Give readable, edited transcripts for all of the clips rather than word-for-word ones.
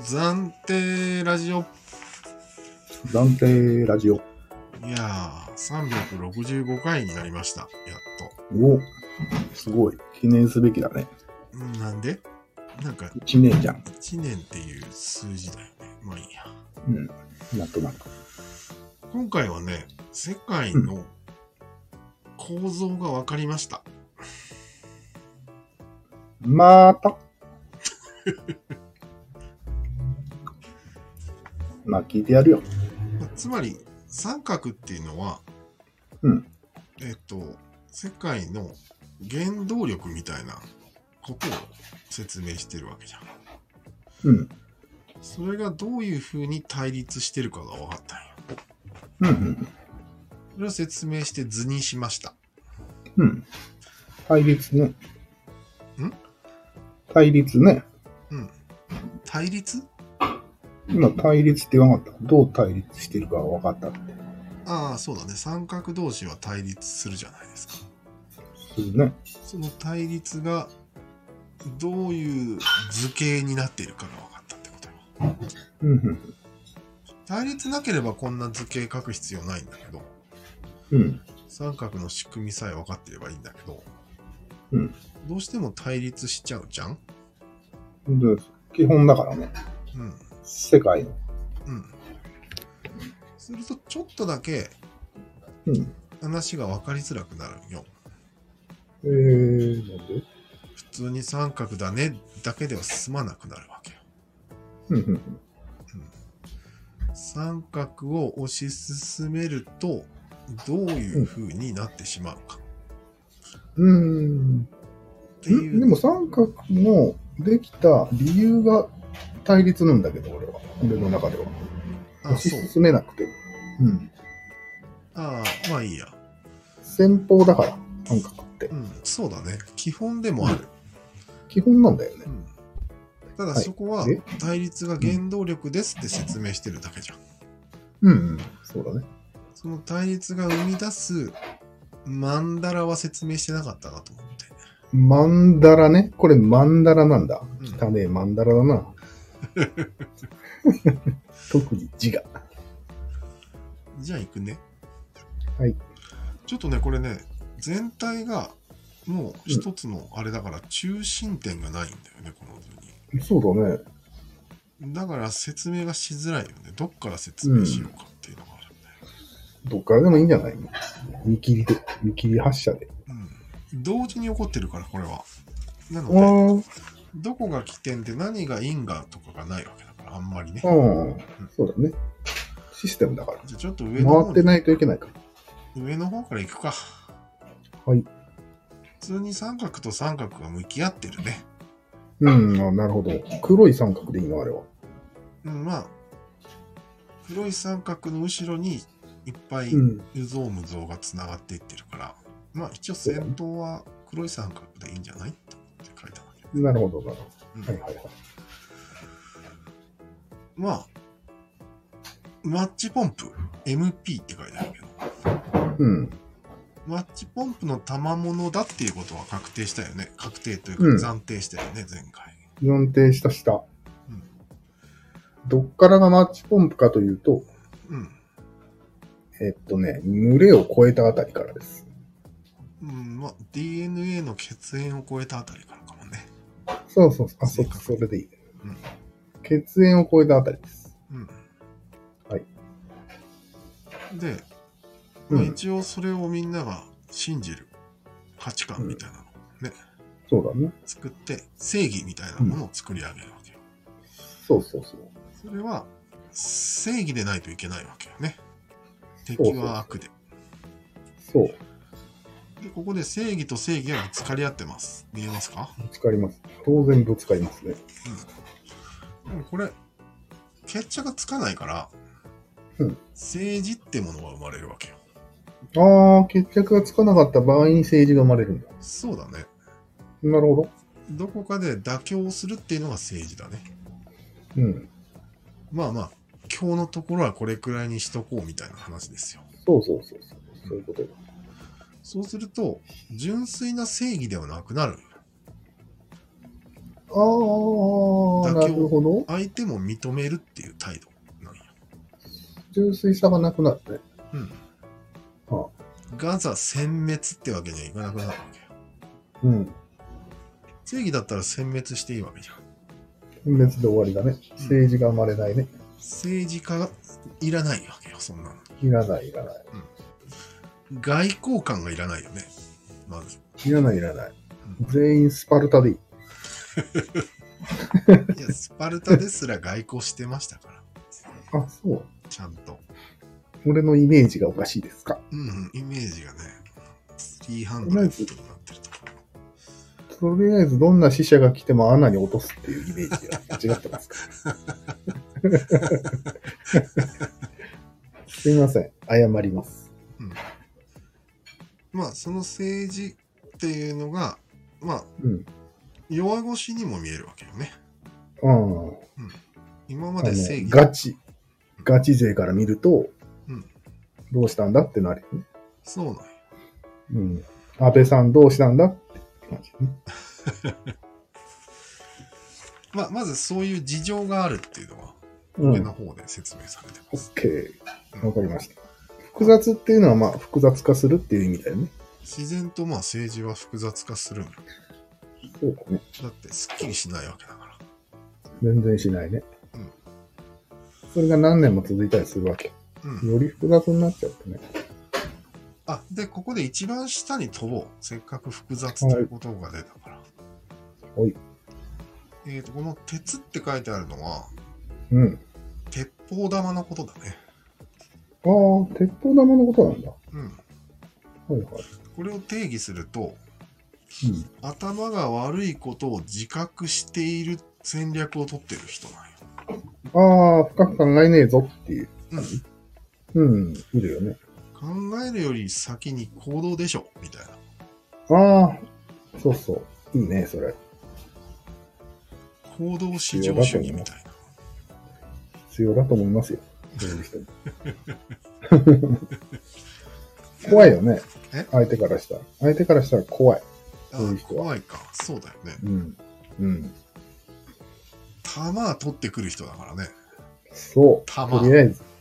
暫定ラジオ。 暫定ラジオ。 いやー、365回になりました。やっお、すごい。記念すべきだね。 と。なんでなんか、 1年じゃん。 1年っていう数字だよね。まあいいや。 うん。なんとなく。 今回はね、世界の構造が分かりました。 またまあ聞いてやるよ。 つまり、三角っていうのは、 うん。 世界の原動力みたいなことを説明してるわけじゃん。 うん。 それがどういうふうに対立してるかが分かったんよ。 うん。 それを説明して図にしました。 うん。対立ね。 ん対立ね。 うん。対立？ 今対立って言わなかった。どう対立してるか分かったって。 ああ、そうだね。三角同士は対立するじゃないですか。 するね。 その対立がどういう図形になっているかが分かったってことよ。 うん対立なければこんな図形書く必要ないんだけど、 うん。 三角の仕組みさえ分かってればいいんだけど、 うん。 どうしても対立しちゃうじゃん。 で基本だからね。 うん。 世界の。 うん。するとちょっとだけうん。 話が分かりづらくなるんよ。 なんで？ 普通に三角だねだけでは済まなくなるわけよ。 うん三角を推し進めるとどういう風になってしまうかっていう。 でも三角のできた理由が対立なんだけど、俺の中では。推し進めなくて。うん。 ああ、まあいいや。 先方だから、三角って。 うん、そうだね。基本でもある。 基本なんだよね。 ただそこは対立が原動力ですって説明してるだけじゃん。 そうだね。 その対立が生み出すマンダラは説明してなかったなと思って。 マンダラね。これマンダラなんだ。汚ねえマンダラだな。特に字が。 じゃあ行くね。 はい。 ちょっとね、これね、全体がもう一つのあれだから中心点がないんだよね、この図に。 そうだね。 だから説明がしづらいよね。どっから説明しようかっていうのがあるんだよ。 どっからでもいいんじゃないの？見切り発車で。 同時に起こってるから、これは。なので、どこが起点で何が因果とかがないわけだから、あんまりね。 そうだね。システムだから。 じゃあちょっと上の方回ってないといけないから。 上の方から行くか。 はい。 普通に三角と三角が向き合ってるね。 なるほど。黒い三角でいいのあれは。 まあ、黒い三角の後ろにいっぱい有象無象がつながっていってるから、まあ一応先頭は黒い三角でいいんじゃないと思って書いたわけ。 なるほど、はいはいはい。 まあ、マッチポンプ、MP って書いてあるけど、マッチポンプの賜物だっていうことは確定したよね。確定というか暫定したよね、前回。 暫定した。どっからがマッチポンプかというと、群れを超えたあたりからです。 まあ、DNA の血縁を超えたあたりからかもね。 そう。それでいい。血縁を超えたあたりです。はい。 で、まあ、一応それをみんなが信じる価値観みたいなのをね、 そうだね。 作って正義みたいなものを作り上げるわけよ。 そう。 それは正義でないといけないわけよね。敵は悪で。 そう。 で、ここで正義と正義がぶつかり合ってます。見えますか？ ぶつかります。当然ぶつかりますね。 でもこれ、決着つかないから、政治ってものが生まれるわけよ。 決着がつかなかった場合に政治が生まれるんだ。 そうだね。 なるほど。 どこかで妥協するっていうのが政治だね。まあ、今日のところはこれくらいにしとこうみたいな話ですよ。 そう。そういうことだ。 そうすると、純粋な正義ではなくなる。 あ、なるほど。 相手も認めるっていう態度なんや。 純粋さがなくなって。 うん。 ああ、 ガザ殲滅ってわけにはいかなくなるわけよ。 うん。 正義だったら殲滅していいわけじゃん。 殲滅で終わりだね。政治が生まれないね。 政治家がいらないわけよ、そんなの。 いらない、いらない。 外交官がいらないよね、まず。 いらない、いらない。全員スパルタでいい。 いや、スパルタですら外交してましたから。 あ、そう。 ちゃんと。 俺のイメージがおかしいですか。 うん、イメージがね、300になってると。 とりあえずどんな死者が来ても穴に落とすっていうイメージが間違ってますか。すいません。謝ります。 うん、まあ、その政治っていうのが、まあ、弱腰にも見えるわけよね。今まで正義。 ガチ勢から見ると、どうしたんだってなるよね。 そうなんや。安倍さんどうしたんだって感じね。 まずそういう事情があるっていうのは、上の方で説明されてます。 OK。わかりました。複雑っていうのは、まあ、複雑化するっていう意味だよね。 自然とまあ政治は複雑化するんよ。 そうだね。 だってすっきりしないわけだから。 全然しないね。それが何年も続いたりするわけ。より複雑になっちゃってね。 で、ここで一番下に飛ぼう。せっかく複雑ということが出たから。 はい。 この鉄って書いてあるのは、鉄砲玉のことだね。 ああ、鉄砲玉のことなんだ。はいはい。 これを定義すると、頭が悪いことを自覚している戦略を取ってる人なんよ。 ああ、深く考えねえぞっていう。いるよね。 考えるより先に行動でしょ、みたいな。ああ、そうそう。いいね、それ。 行動至上主義みたいな。 必要だと思いますよ。そういう人怖いよね。相手からしたら。相手からしたら怖い。そういう人は。 怖いか。そうだよね。弾取ってくる人だからね。 そう。とりあえず。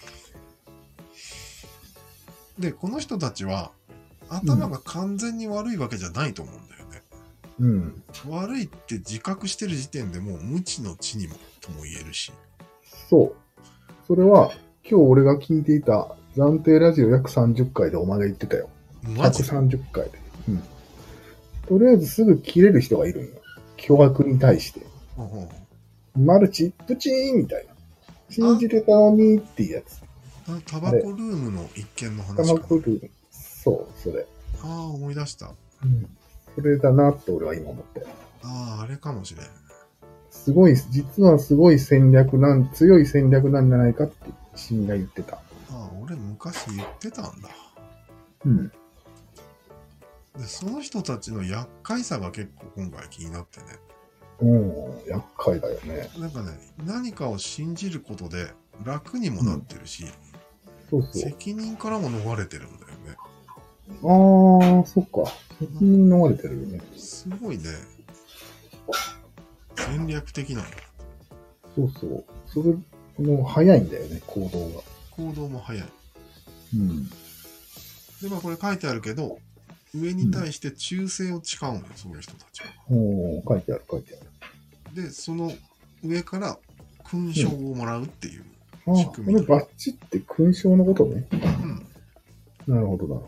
で、この人たちは、頭が完全に悪いわけじゃないと思うんだよね。悪いって自覚してる時点でもう無知の知にもとも言えるし。 そう。それは、今日俺が聞いていた暫定ラジオ約30回でお前が言ってたよ。 マジ 130回で。とりあえずすぐ切れる人がいるんよ。巨悪に対して。マルチ、プチーンみたいな。信じてたのにっていうやつ。 タバコルームの一件の話かな。 タバコルーム。そう、それ。 思い出した。 それだなって俺は今思って。 あれかもしれん。 すごい、実はすごい戦略強い戦略なんじゃないかってシンが言ってた。 俺昔言ってたんだ。で、その人たちの厄介さが結構今回気になってね。 厄介だよね。 なんかね、何かを信じることで楽にもなってるし、責任からも逃れてるんだよね。 そっか。責任逃れてるよね。 すごいね。戦略的なの。 そうそう。それも早いんだよね、行動が。 行動も早い。で、これ書いてあるけど、上に対して忠誠を誓うんだよ、そういう人たちは。 書いてある。 で、その上から勲章をもらうっていう仕組み。これバッチって勲章のことね。なるほど。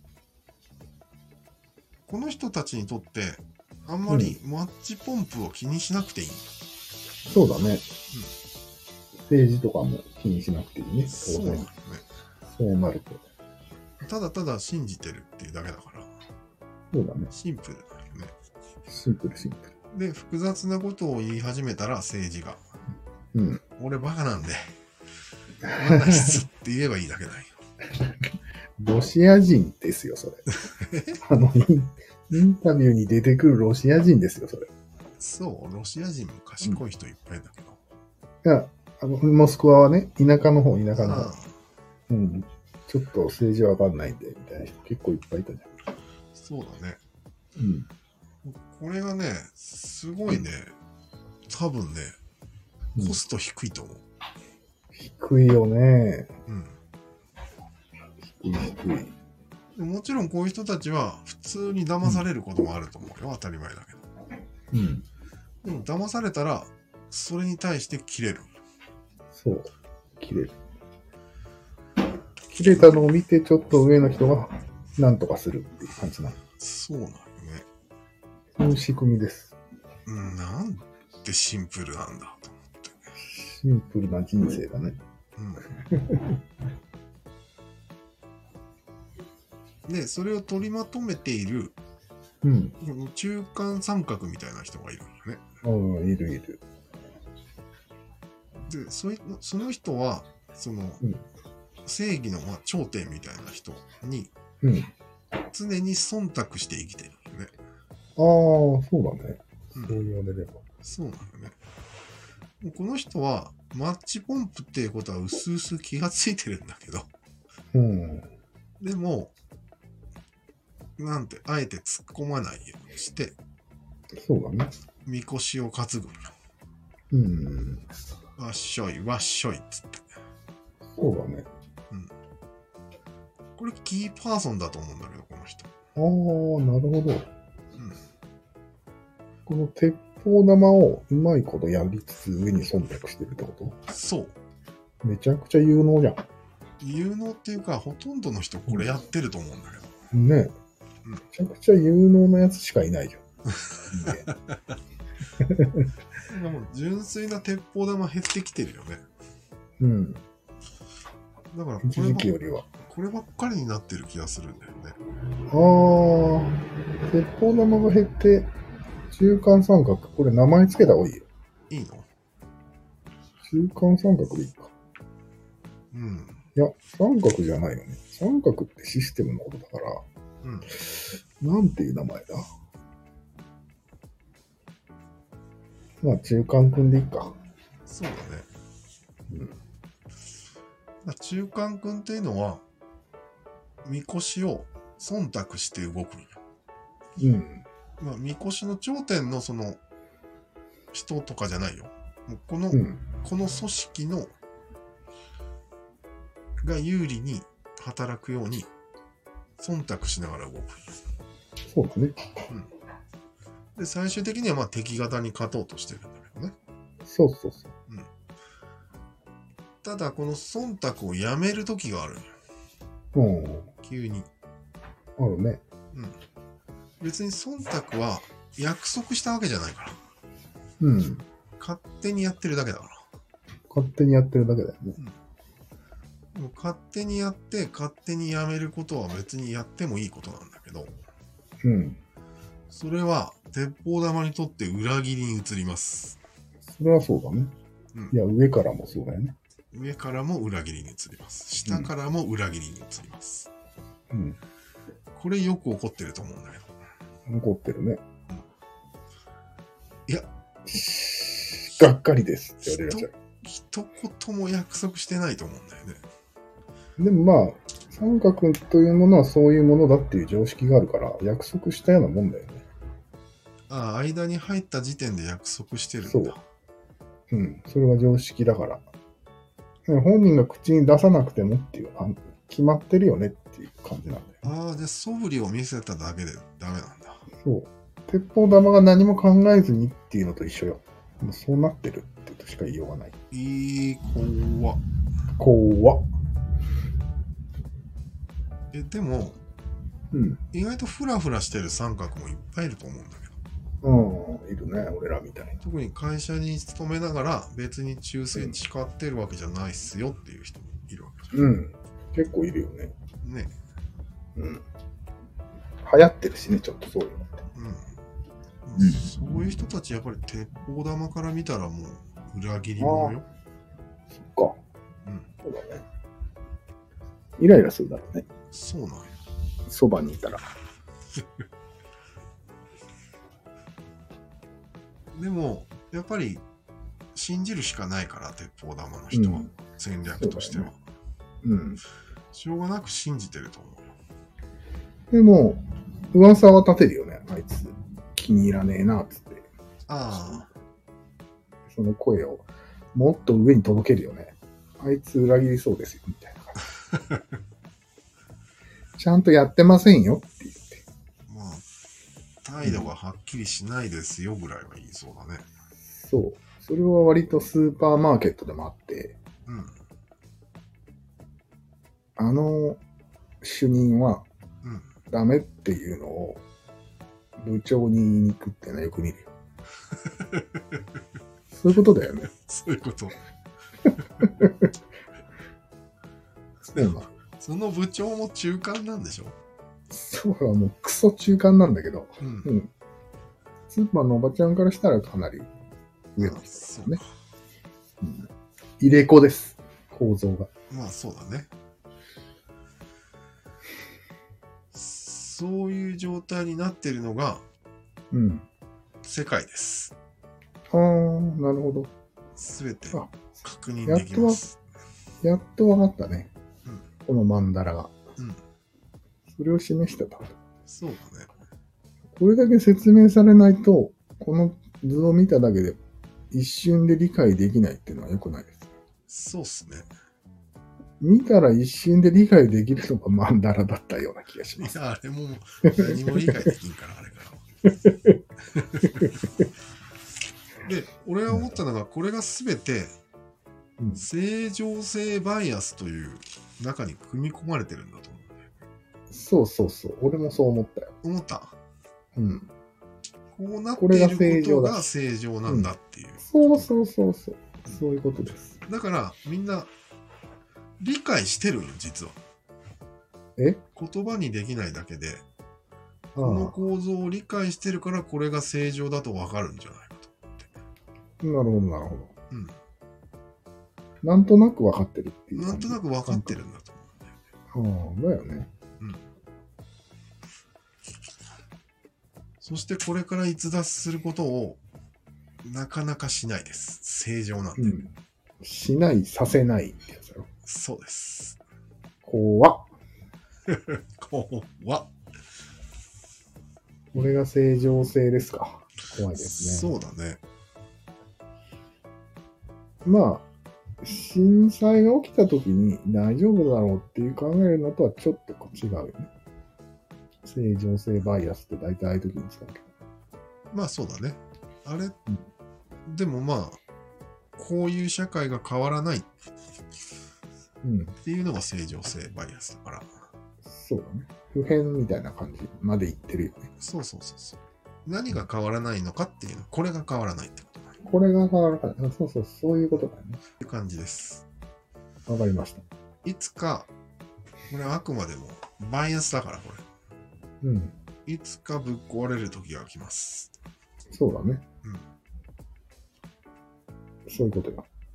この人たちにとって、あんまりマッチポンプを気にしなくていい。 そうだね。政治とかも気にしなくていいね。 そうだね。 そうなると。 ただただ信じてるっていうだけだから。 そうだね。 シンプルだよね。 シンプル。 で、複雑なことを言い始めたら政治が。俺バカなんで。バカですって言えばいいだけだよ。 ロシア人ですよ、それ。インタビューに出てくるロシア人ですよ、それ。 そう、ロシア人も賢い人いっぱいだけど。 いや、モスクワはね、田舎の方。ちょっと政治わかんないんで、みたいな人結構いっぱいいたじゃん。 そうだね。 これがね、すごいね、多分ね、コスト低いと思う。 低いよね。 うん。 低い。 もちろんこういう人たちは普通に騙されることもあると思うよ。当たり前だけど。 うん。 でも騙されたら、それに対して切れる。 そう。切れる。切れたのを見て、ちょっと上の人が何とかするっていう感じなの。 そうなんよね。 そういう仕組みです。 なんてシンプルなんだと思って。 シンプルな人生だね。 で、それを取りまとめている、中間三角みたいな人がいるんよね。 いるいる。 で、その人は、正義の頂点みたいな人に、常に忖度して生きてるんよね。 ああ、そうだね。そう言われれば。 そうなんよね。この人は、マッチポンプっていうことは薄々気がついてるんだけど、でも、あえて突っ込まないようにして、 そうだね。 みこしを担ぐんよ。わっしょい、わっしょいっつって。 そうだね。 これキーパーソンだと思うんだけど、この人。 ああ、なるほど。この鉄砲玉をうまいことやりつつ上に忖度してるってこと？ そう。 めちゃくちゃ有能じゃん。 有能っていうか、ほとんどの人これやってると思うんだけど。 ねえ。めちゃくちゃ有能なやつしかいないじゃん。 もう純粋な鉄砲玉減ってきてるよね。だから一時期よりは。 こればっかりになってる気がするんだよね。 鉄砲玉が減って、中間三角、これ名前つけた方がいいよ。 いいの？ 中間三角でいいか。いや、三角じゃないよね。三角ってシステムのことだから、なんていう名前だ？まあ、中間くんでいいか。 そうだね。中間くんっていうのは、みこしを忖度して動くんよ。みこしの頂点のその人とかじゃないよ。もうこの組織のが有利に働くように忖度しながら動くんよ。 そうだね。 で、最終的には敵方に勝とうとしてるんだけどね。 そうそうそう。 ただ、この忖度をやめる時があるんよ。急に。 あるね。 別に忖度は約束したわけじゃないから。勝手にやってるだけだから。 勝手にやってるだけだよね。 もう勝手にやって勝手にやめることは別にやってもいいことなんだけど、それは鉄砲玉にとって裏切りに移ります。 それはそうだね。いや、上からもそうだよね。 上からも裏切りに移ります。下からも裏切りに移ります。これよく起こってると思うんだけど。 起こってるね。 いや、 がっかりですって言われちゃう。 一言も約束してないと思うんだよね。 でも三角というものはそういうものだっていう常識があるから、約束したようなもんだよね。 間に入った時点で約束してるんだ。 そう。それは常識だから。本人が口に出さなくてもっていう、決まってるよねっていう感じなんだよ、 じゃあ素振りを見せただけでダメなんだ。 そう。鉄砲玉が何も考えずにっていうのと一緒よ。もうそうなってるってとしか言いようがない。怖っ。 でも、意外とフラフラしてる三角もいっぱいいると思うんだけど。 いるね、俺らみたいに。 特に会社に勤めながら別に忠誠誓ってるわけじゃないっすよっていう人もいるわけじゃん。 結構いるよね。 ね。 流行ってるしね、ちょっとそういうのって。 そういう人たちやっぱり鉄砲玉から見たらもう裏切り者よ。 そっか。そうだね。イライラするだろうね。 そうなんよ。 そばにいたら。 でも、やっぱり信じるしかないから、鉄砲玉の人は、戦略としては。しょうがなく信じてると思うよ。 でも、噂は立てるよね、あいつ。 気に入らねえな、つって。 ああ。 その声をもっと上に届けるよね。あいつ裏切りそうですよ、みたいな感じ。ちゃんとやってませんよって言って。 まあ、態度がはっきりしないですよぐらいは言いそうだね。 そう。それは割とスーパーマーケットでもあって、 うん。 あの主任はうん。 ダメっていうのを部長に言いに行くっていうのはよく見るよ。そういうことだよね。 そういうこと。 そうなの。 その部長も中間なんでしょ？ そうはもうクソ中間なんだけど、 うん。 うん。スーパーのおばちゃんからしたらかなり上の人ですよね。うん、入れ子です。構造が。 まあそうだね。そういう状態になっているのが、 うん。 世界です。 ああ、なるほど。 すべて確認できます。 やっと分かったね。 うん、 このマンダラが。 うん。 それを示してた。 そうだね。 これだけ説明されないと、この図を見ただけで一瞬で理解できないっていうのは良くないです。 そうっすね。 見たら一瞬で理解できるのがマンダラだったような気がします。 いや、あれも何も理解できんから、あれから。で、俺が思ったのが、これが全て、正常性バイアスという中に組み込まれてるんだと思う。 そうそうそう。俺もそう思ったよ。 思った。 うん。 こうなっていることが正常なんだっていう。 そうそうそうそう。そういうことです。 だから、みんな、理解してるよ、実は。 言葉にできないだけで、この構造を理解してるから、これが正常だと分かるんじゃないかと思って。 なるほど、なるほど。 うん。 なんとなく分かってるっていう。 なんとなく分かってるんだと思うんだよね。だよね。 うん。そしてこれから逸脱することをなかなかしないです。正常なんで。うん、 しない、させないってやつだろ。 そうです。 怖っ。 怖っ。 これが正常性ですか。怖いですね。そうだね。 まあ、震災が起きたときに大丈夫だろうっていう考えるのとはちょっと違うよね。正常性バイアスって大体ああいう時に使うけど。 まあそうだね。あれ、でもまあ、こういう社会が変わらないっていうのが正常性バイアスだから。 そうだね。普遍みたいな感じまで言ってるよね。 そうそうそうそう。何が変わらないのかっていうの、これが変わらないってことだね。 これが変わらない。そうそう、そういうことだよね。 っていう感じです。 わかりました。 いつか、これはあくまでもバイアスだからこれ。いつかぶっ壊れる時が来ます。 そうだね。そういうことよ。